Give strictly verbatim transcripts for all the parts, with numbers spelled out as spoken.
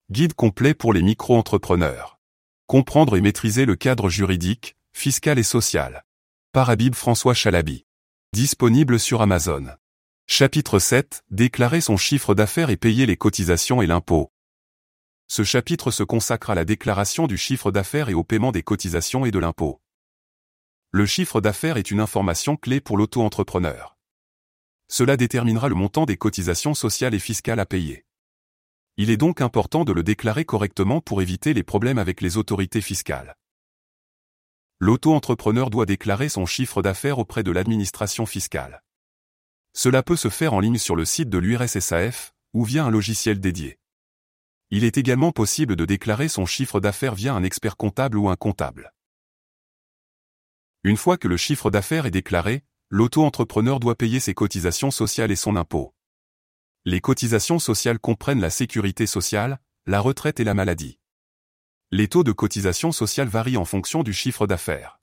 Guide complet pour les micro-entrepreneurs. Comprendre et maîtriser le cadre juridique, fiscal et social. Par Habib François Chalabi. Disponible sur Amazon. Chapitre sept. Déclarer son chiffre d'affaires et payer les cotisations et l'impôt. Ce chapitre se consacre à la déclaration du chiffre d'affaires et au paiement des cotisations et de l'impôt. Le chiffre d'affaires est une information clé pour l'auto-entrepreneur. Cela déterminera le montant des cotisations sociales et fiscales à payer. Il est donc important de le déclarer correctement pour éviter les problèmes avec les autorités fiscales. L'auto-entrepreneur doit déclarer son chiffre d'affaires auprès de l'administration fiscale. Cela peut se faire en ligne sur le site de l'U R S S A F, ou via un logiciel dédié. Il est également possible de déclarer son chiffre d'affaires via un expert comptable ou un comptable. Une fois que le chiffre d'affaires est déclaré, l'auto-entrepreneur doit payer ses cotisations sociales et son impôt. Les cotisations sociales comprennent la sécurité sociale, la retraite et la maladie. Les taux de cotisation sociale varient en fonction du chiffre d'affaires.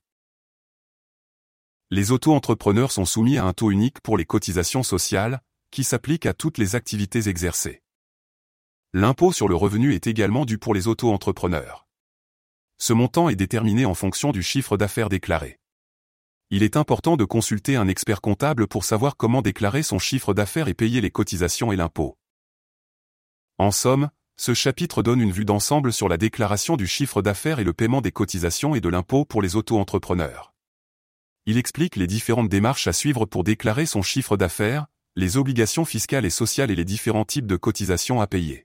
Les auto-entrepreneurs sont soumis à un taux unique pour les cotisations sociales, qui s'applique à toutes les activités exercées. L'impôt sur le revenu est également dû pour les auto-entrepreneurs. Ce montant est déterminé en fonction du chiffre d'affaires déclaré. Il est important de consulter un expert comptable pour savoir comment déclarer son chiffre d'affaires et payer les cotisations et l'impôt. En somme, ce chapitre donne une vue d'ensemble sur la déclaration du chiffre d'affaires et le paiement des cotisations et de l'impôt pour les auto-entrepreneurs. Il explique les différentes démarches à suivre pour déclarer son chiffre d'affaires, les obligations fiscales et sociales et les différents types de cotisations à payer.